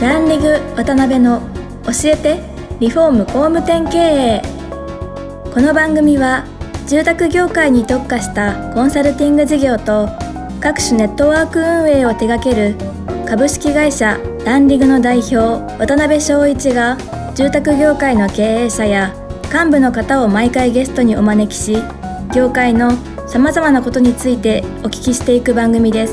ランリグ渡辺の教えてリフォーム工務店経営。この番組は住宅業界に特化したコンサルティング事業と各種ネットワーク運営を手掛ける株式会社ランリグの代表渡辺翔一が住宅業界の経営者や幹部の方を毎回ゲストにお招きし、業界のさまざまなことについてお聞きしていく番組です。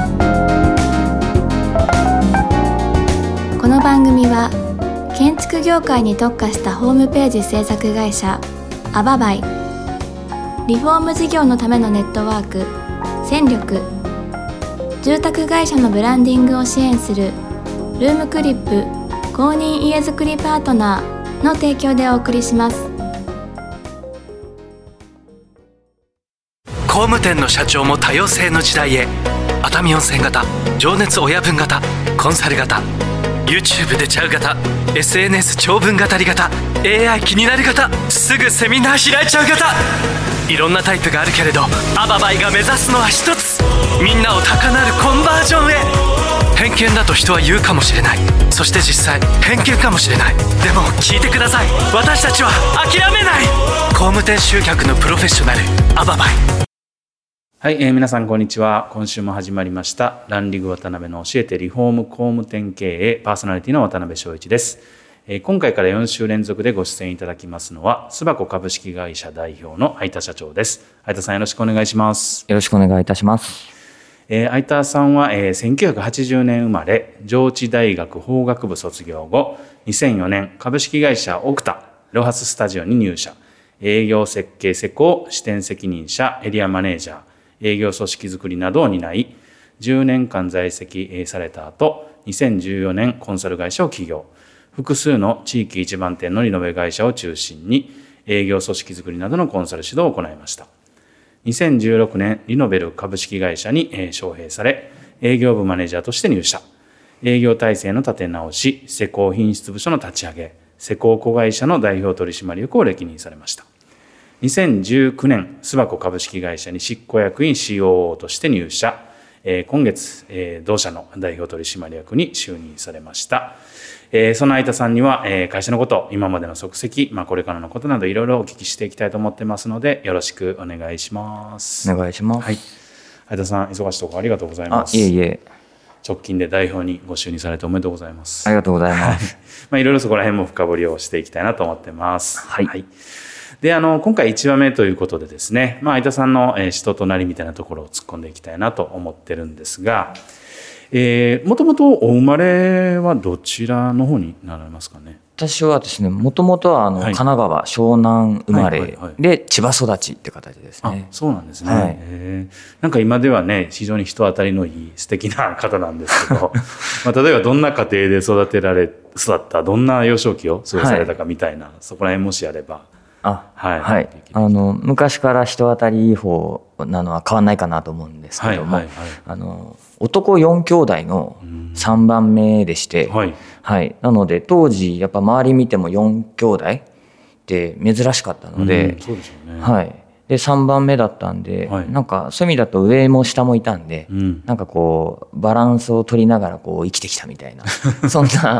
この番組は建築業界に特化したホームページ制作会社アババイ、リフォーム事業のためのネットワーク戦力、住宅会社のブランディングを支援するルームクリップ公認家づくりパートナーの提供でお送りします。 工務店の社長も多様性の時代へ。熱海温泉型、情熱親分型、コンサル型、 YouTube 出ちゃう型、 SNS 長文語り型、 AI 気になる型、すぐセミナー開いちゃう型、いろんなタイプがあるけれどアババイが目指すのは一つ、みんなを高鳴るコンバージョンへ。偏見だと人は言うかもしれない。そして実際偏見かもしれない。でも聞いてください、私たちは諦めない。工務店集客のプロフェッショナルアババイ。 はい、皆さんこんにちは。今週も始まりましたランリグ渡辺の教えてリフォーム工務店経営、パーソナリティの渡辺翔一です。今回から4週連続でご出演いただきますのは巣箱株式会社代表の相田社長です。相田さん、よろしくお願いします。 よろしくお願いいたします。 相田さんは、1980年生まれ、上智大学法学部卒業後、2004年株式会社オクタロハススタジオに入社。営業設計施工支店責任者、エリアマネージャー、営業組織づくりなどを担い、10年間在籍された後、2014年コンサル会社を起業。複数の地域一番店のリノベ会社を中心に営業組織づくりなどのコンサル指導を行いました。2016年リノベル株式会社に招聘され、営業部マネージャーとして入社。営業体制の立て直し、施工品質部署の立ち上げ、施工子会社の代表取締役を歴任されました。2019年巣箱株式会社に執行役員 COO として入社。今月同社の代表取締役に就任されました。その相田さんには会社のこと、今までの足跡、これからのことなどいろいろお聞きしていきたいと思ってますので、よろしくお願いします。 お願いします。 はい、相田さん、忙しいところありがとうございます。 いえいえ。 直近で代表にご就任されておめでとうございます。 ありがとうございます。 いろいろそこら辺も深掘りをしていきたいなと思ってます。 はい。 はい、で今回1話目ということでですね、相田さんの人となりみたいなところを突っ込んでいきたいなと思ってるんですが、もともとお生まれはどちらの方になられますかね。 私はですね、もともとは神奈川湘南生まれで千葉育ちって形ですね。 そうなんですね。なんか今ではね、非常に人当たりのいい素敵な方なんですけど例えばどんな家庭で育った、どんな幼少期を過ごされたかみたいな、そこら辺もしあれば。 昔から人当たりいい方なのは変わんないかなと思うんですけども、男4兄弟の3番目でして、なので当時やっぱ周り見ても4兄弟って珍しかったので、で3番目だったんで、なんかそういう意味だと上も下もいたんで、なんかこうバランスを取りながらこう生きてきたみたいなそんな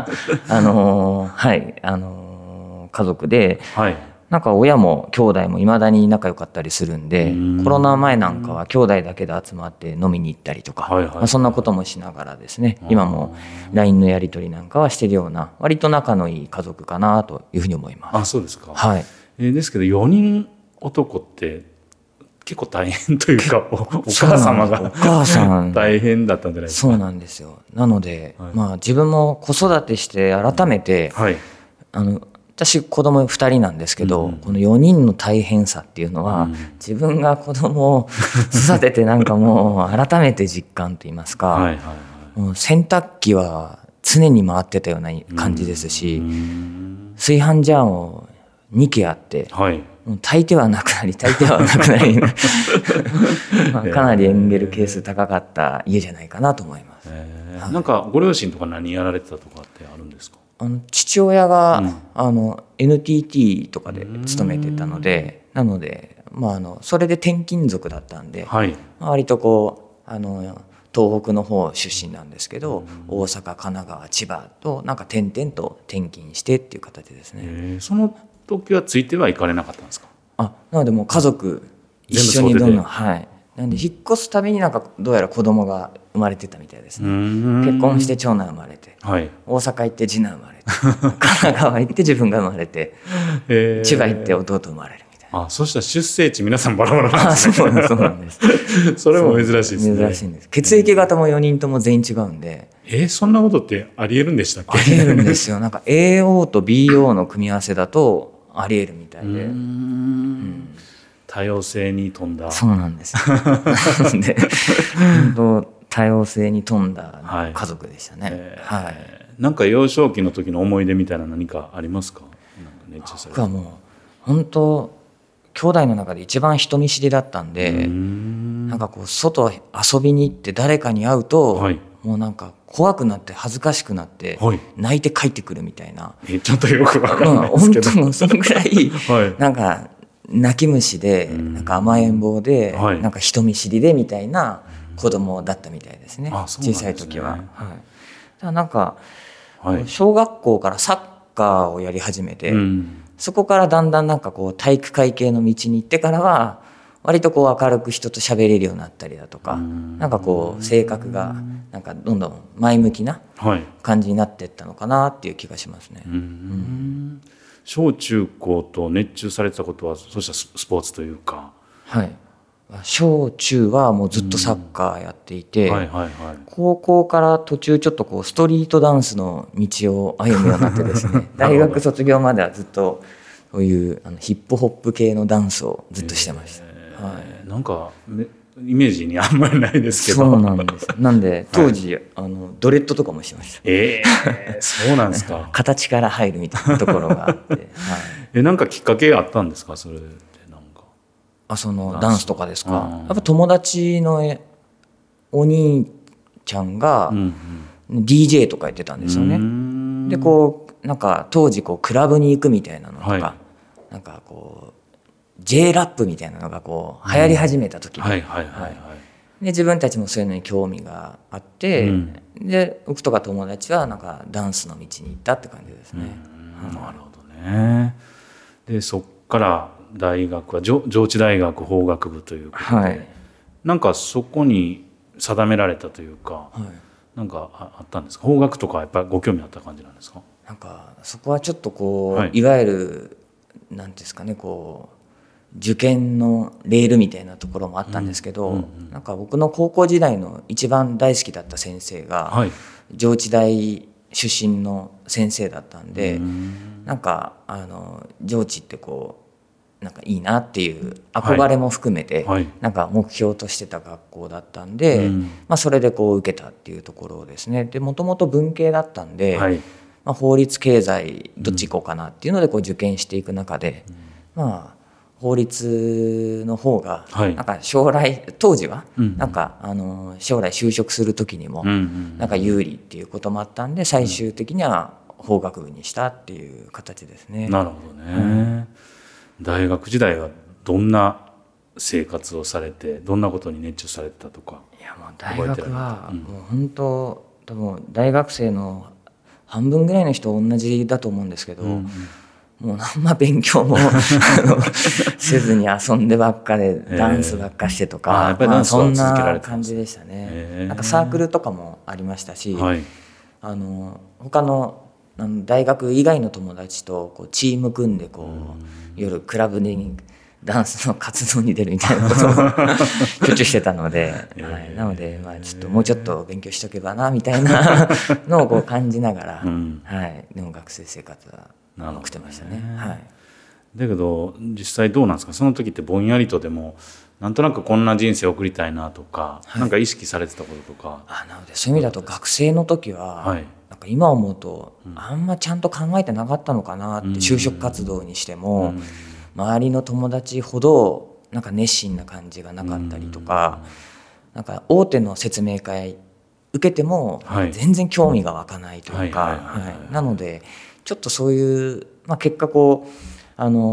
家族で、なんか親も兄弟もいまだに仲良かったりするんで、コロナ前なんかは兄弟だけで集まって飲みに行ったりとか、そんなこともしながらですね、今も LINE のやり取りなんかはしてるような割と仲のいい家族かなというふうに思います。 そうですか。ですけど4人男って結構大変というか、お母様が大変だったんじゃないですか。 そうなんですよ。なので、自分も子育てして改めて、私子供2人なんですけど、この4人の大変さっていうのは、自分が子供を育ててなんかもう改めて実感といいますか、もう洗濯機は常に回ってたような感じですし、炊飯ジャーも2機あって、もう炊いてはなくなり炊いてはなくなりかなりエンゲル係数高かった家じゃないかなと思います。 なんかご両親とか何やられてたとかってあるんですか。 父親が、NTT とかで勤めてたので、なので、それで転勤族だったんで、割とこう東北の方出身なんですけど、大阪、神奈川、千葉となんか転々と転勤してっていう形ですね。 その時はついては行かれなかったんですか？ なのでもう家族一緒にどんどん、はい、なんで引っ越すたびになんかどうやら子供が生まれてたみたいですね。結婚して長男生まれて、はい、大阪行って次男生まれて神奈川行って自分が生まれて千葉行って弟生まれるみたいな。 そしたら出生地皆さんバラバラなんですね。 そうなんですそれも珍しいですね。 珍しいんです。血液型も4人とも全員違うんで。 そんなことってありえるんでしたっけ？ ありえるんですよ。なんか AO と BO の組み合わせだとありえるみたいで、 多様性に富んだ。 そうなんですで本当多様性に富んだ家族でしたね。はい。 なんか幼少期の時の思い出みたいな何かありますか？ 僕はもう本当兄弟の中で一番人見知りだったんで、なんかこう外遊びに行って誰かに会うと、はい、もうなんか怖くなって恥ずかしくなって泣いて帰ってくるみたいな。 ちょっとよくわかんないですけど、 本当そのぐらいなんか泣き虫で、なんか甘えん坊で、なんか人見知りでみたいな子供だったみたいですね。小さい時は。なんか小学校からサッカーをやり始めて、そこからだんだんなんかこう体育会系の道に行ってからは割とこう明るく人と喋れるようになったりだとか、なんかこう性格がなんかどんどん前向きな感じになっていったのかなっていう気がしますね。 小中高と熱中されてたことはそうしたスポーツというか。 はい。小中はもうずっとサッカーやっていて、高校から途中ちょっとこうストリートダンスの道を歩むようになってですね大学卒業まではずっとそういうヒップホップ系のダンスをずっとしてました。 なんかイメージにあんまりないですけど。 そうなんです。なんで当時、ドレッドとかもしてました。 そうなんですか。 形から入るみたいなところがあって、 なんかきっかけあったんですか、それで？ そのダンスとかですか？やっぱ友達のお兄ちゃんが DJ とかやってたんですよね。でこうなんか当時こうクラブに行くみたいなのとか、なんかこう J ラップみたいなのがこう流行り始めた時で、自分たちもそういうのに興味があって、で僕とか友達はなんかダンスの道に行ったって感じですね。 なるほどね。でそっから大学は上智大学法学部ということで、なんかそこに定められたというか、なんかあったんですか？法学とかやっぱりご興味あった感じなんですか？ なんかそこはちょっとこう、いわゆるなんですかね、こう受験のレールみたいなところもあったんですけど、なんか僕の高校時代の一番大好きだった先生が、上智大出身の先生だったんで、なんか上智ってこうなんかいいなっていう憧れも含めて、なんか目標としてた学校だったんで、それでこう受けたっていうところですね。でもともと文系だったんで、法律経済どっち行こうかなっていうのでこう受験していく中で、法律の方がなんか将来当時はなんか将来就職する時にもなんか有利っていうこともあったんで、最終的には法学部にしたっていう形ですね。 なるほどね。大学時代はどんな生活をされて、どんなことに熱中されてたとか？ いやもう大学はもう本当多分大学生の半分ぐらいの人同じだと思うんですけど、もうあんま勉強もせずに遊んでばっかでダンスばっかしてとか、そんな感じでしたね。なんかサークルとかもありましたし、他の大学以外の友達とこうチーム組んでこう夜クラブにダンスの活動に出るみたいなことをしょっちゅうしてたので、なのでちょっともうちょっと勉強しとけばなみたいなのをこう感じながら、でも学生生活は送ってましたね。 だけど実際どうなんですか？その時ってぼんやりとでもなんとなくこんな人生を送りたいなとか、なんか意識されてたこととか。 なのでそういう意味だと学生の時は、なんか今思うとあんまちゃんと考えてなかったのかなって、就職活動にしても周りの友達ほどなんか熱心な感じがなかったりとか、なんか大手の説明会受けても全然興味が湧かないというか、なのでちょっとそういう、結果こう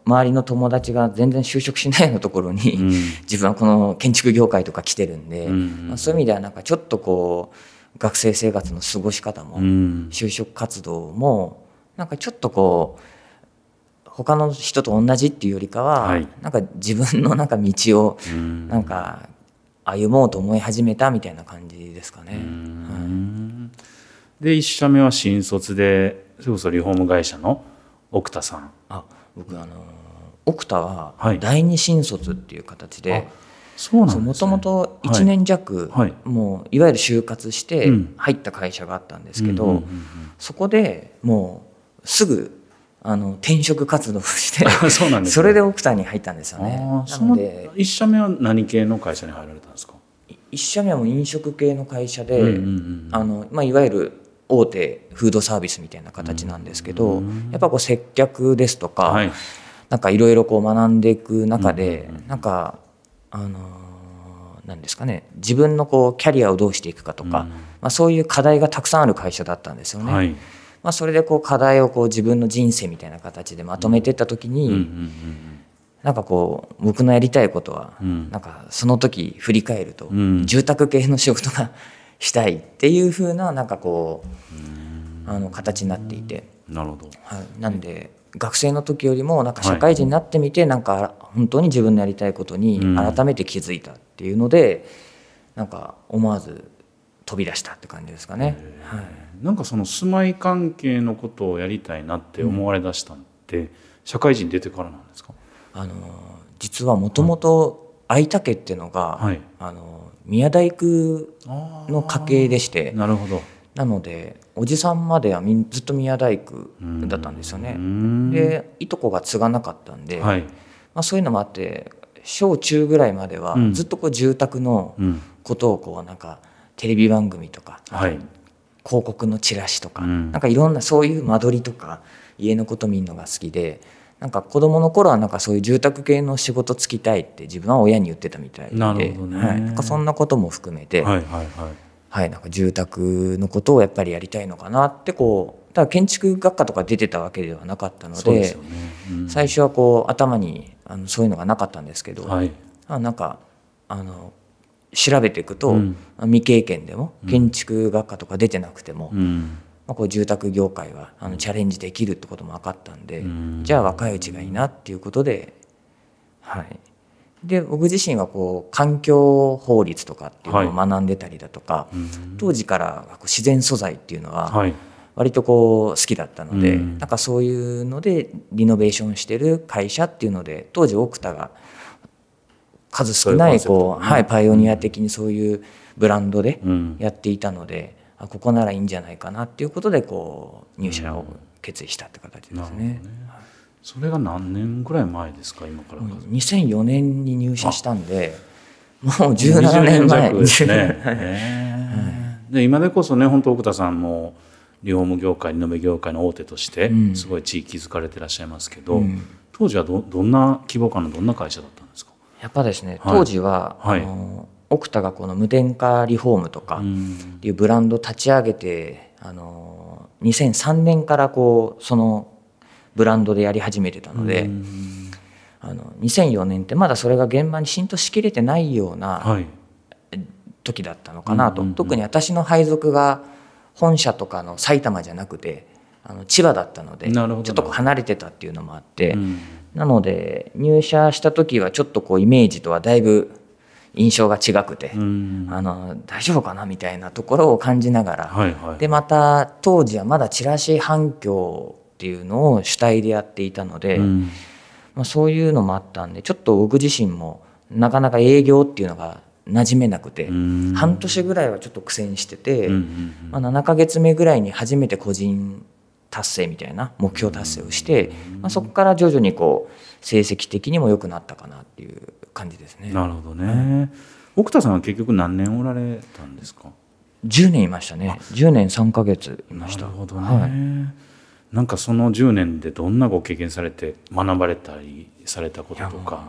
周りの友達が全然就職しないようなところに、自分はこの建築業界とか来てるんで、そういう意味ではなんかちょっとこう学生生活の過ごし方も、就職活動もなんかちょっとこう他の人と同じっていうよりかは、なんか自分のなんか道をなんか歩もうと思い始めたみたいな感じですかね。 で1社目は新卒でそれこそリフォーム会社の奥田さん。 僕奥田は第二新卒っていう形で、もともと1年弱、もういわゆる就活して入った会社があったんですけど、そこでもうすぐ転職活動をしてそうなんです、ね、それで奥田に入ったんですよね。 なので1社目は何系の会社に入られたんですか ？1社目はもう飲食系の会社で、いわゆる大手フードサービスみたいな形なんですけど、やっぱこう接客ですとか、なんかいろいろこう学んでいく中で、なんかなんですかね、自分のこうキャリアをどうしていくかとか、そういう課題がたくさんある会社だったんですよね。それでこう課題をこう自分の人生みたいな形でまとめていった時に、なんかこう僕のやりたいことは、なんかその時振り返ると、住宅系の仕事がしたいっていう風ななんかこう形になっていて、 なるほど。 なんで学生の時よりもなんか社会人になってみて、なんか本当に自分のやりたいことに改めて気づいたっていうので、なんか思わず飛び出したって感じですかね。 なんかその住まい関係のことをやりたいなって思われだしたんって、社会人出てからなんですか？ 実はもともと愛田家っていうのが、宮大工の家系でして、 なるほど。 なのでおじさんまではずっと宮大工だったんですよね。でいとこが継がなかったんで、そういうのもあって小中ぐらいまではずっとこう住宅のことをこうなんかテレビ番組とか、広告のチラシとか、なんかいろんなそういう間取りとか家のこと見るのが好きで、なんか子供の頃はなんかそういう住宅系の仕事つきたいって自分は親に言ってたみたいで、なんかそんなことも含めて、なんか住宅のことをやっぱりやりたいのかなってこう、ただ建築学科とか出てたわけではなかったので、最初はこう頭にそういうのがなかったんですけど、なんか調べていくと、未経験でも建築学科とか出てなくても、こう住宅業界はチャレンジできるってことも分かったんで、じゃあ若いうちがいいなっていうことで、で僕自身はこう環境法律とかっていうのを学んでたりだとか、当時から自然素材っていうのは割とこう好きだったので、なんかそういうのでリノベーションしてる会社っていうので、当時奥田が数少ないこうパイオニア的にそういうブランドでやっていたので、ここならいいんじゃないかなっていうことでこう入社を決意したって形ですね。 それが何年ぐらい前ですか？今から 2004年に入社したんで、もう17年前ですね。で今でこそね、本当奥田さんもリフォーム業界、リノベ業界の大手としてすごい地域築かれてらっしゃいますけど、当時はどんな規模感のどんな会社だったんですか？ やっぱですね、当時は、奥田がこの無添加リフォームとかいうブランドを立ち上げて、2003年からこうそのブランドでやり始めてたので、2004年ってまだそれが現場に浸透しきれてないような時だったのかなと。特に私の配属が本社とかの埼玉じゃなくて千葉だったので、ちょっと離れてたっていうのもあって、なので入社した時はちょっとこうイメージとはだいぶ印象が違くて、大丈夫かなみたいなところを感じながら、でまた当時はまだチラシ反響っていうのを主体でやっていたので、そういうのもあったんで、ちょっと僕自身もなかなか営業っていうのが馴染めなくて、半年ぐらいはちょっと苦戦してて、7ヶ月目ぐらいに初めて個人達成みたいな目標達成をして、そこから徐々にこう成績的にも良くなったかなっていう感じですね。 なるほどね。奥田さんは結局何年おられたんですか ？10年いましたね。10年3ヶ月いました。 なるほどね。なんかその10年でどんなご経験されて学ばれたりされたこととか。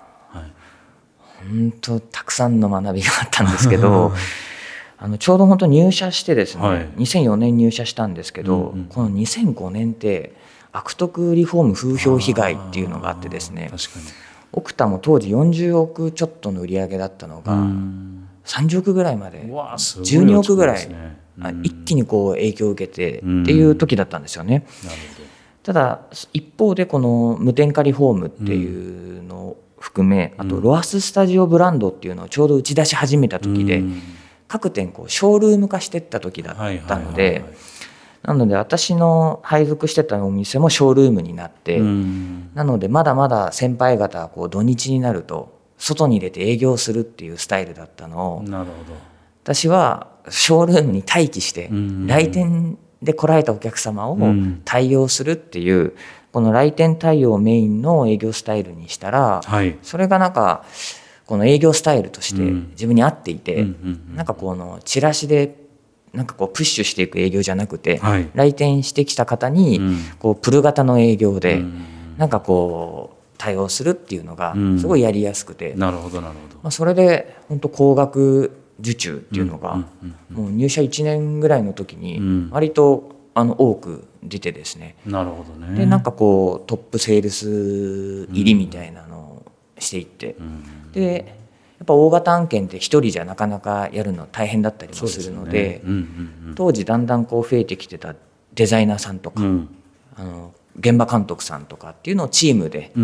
本当たくさんの学びがあったんですけどちょうど本当入社してですね、2004年入社したんですけど、この2005年って悪徳リフォーム風評被害っていうのがあってですね、 確かに奥田も当時40億ちょっとの売り上げだったのが30億ぐらいまで、12億ぐらい一気にこう影響を受けてっていう時だったんですよね。ただ一方でこの無添加リフォームっていうのを含め、あとロハススタジオブランドっていうのをちょうど打ち出し始めた時で、各店こうショールーム化していった時だったので、なので私の配属してたお店もショールームになって、なのでまだまだ先輩方はこう土日になると外に出て営業するっていうスタイルだったのを、私はショールームに待機して来店で来られたお客様を対応するっていう、この来店対応メインの営業スタイルにしたら、それがなんかこの営業スタイルとして自分に合っていて、なんかこのチラシでなんかこうプッシュしていく営業じゃなくて、来店してきた方にこうプル型の営業でなんかこう対応するっていうのがすごいやりやすくて、それで本当高額受注っていうのがもう入社1年ぐらいの時に割と多く出てですね、でなんかこうトップセールス入りみたいなのをしていって、でやっぱ大型案件って一人じゃなかなかやるの大変だったりもするので、当時だんだんこう増えてきてたデザイナーさんとか、現場監督さんとかっていうのをチームで、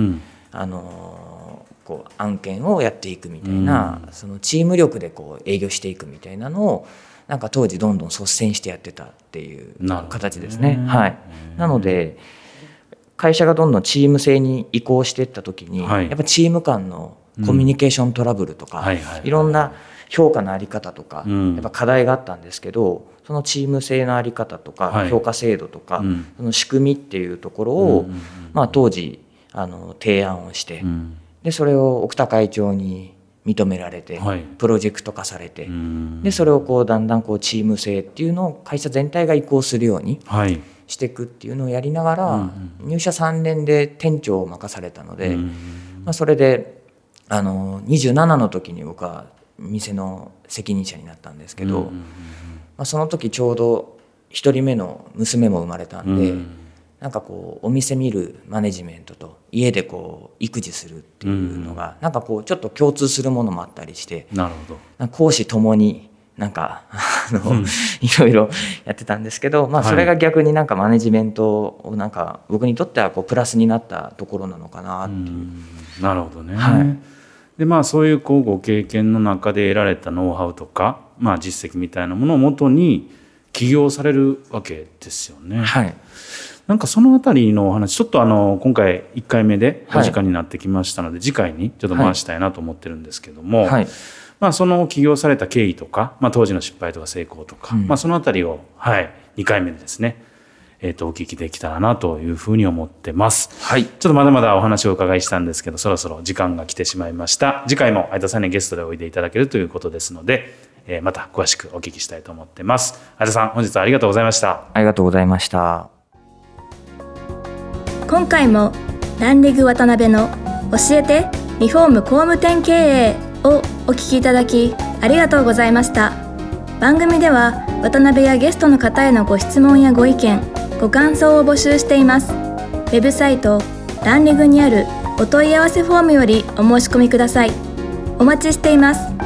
こう案件をやっていくみたいな、そのチーム力でこう営業していくみたいなのをなんか当時どんどん率先してやってたっていう形ですね。なので会社がどんどんチーム制に移行していった時に、やっぱチーム間のコミュニケーショントラブルとか、いろんな評価の在り方とか、やっぱ課題があったんですけど、そのチーム制の在り方とか、評価制度とか、その仕組みっていうところを、当時提案をして、でそれを奥田会長に認められて、プロジェクト化されて、でそれをこうだんだんこうチーム制っていうのを会社全体が移行するようにしていくっていうのをやりながら、入社3年で店長を任されたので、それで27の時に僕は店の責任者になったんですけど、その時ちょうど1人目の娘も生まれたんで、なんかこうお店見るマネジメントと家でこう育児するっていうのがなんかこうちょっと共通するものもあったりして、公私ともになんかいろいろやってたんですけど、それが逆になんかマネジメントをなんか僕にとってはこうプラスになったところなのかなっていう。 なるほどね。でそういうこうご経験の中で得られたノウハウとか、実績みたいなものをもとに起業されるわけですよね。なんかそのあたりのお話ちょっと今回1回目でお時間になってきましたので、次回にちょっと回したいなと思ってるんですけども、その起業された経緯とか、当時の失敗とか成功とか、そのあたりを、2回目でですね、お聞きできたらなというふうに思ってます。ちょっとまだまだお話をお伺いしたんですけど、そろそろ時間が来てしまいました。次回も相田さんにゲストでおいでいただけるということですので、また詳しくお聞きしたいと思ってます。相田さん、本日はありがとうございました。 ありがとうございました。 今回もランリグ渡辺の教えてリフォーム工務店経営をお聞きいただきありがとうございました。番組では渡辺やゲストの方へのご質問やご意見、ご感想を募集しています。ウェブサイトランリグにあるお問い合わせフォームよりお申し込みください。お待ちしています。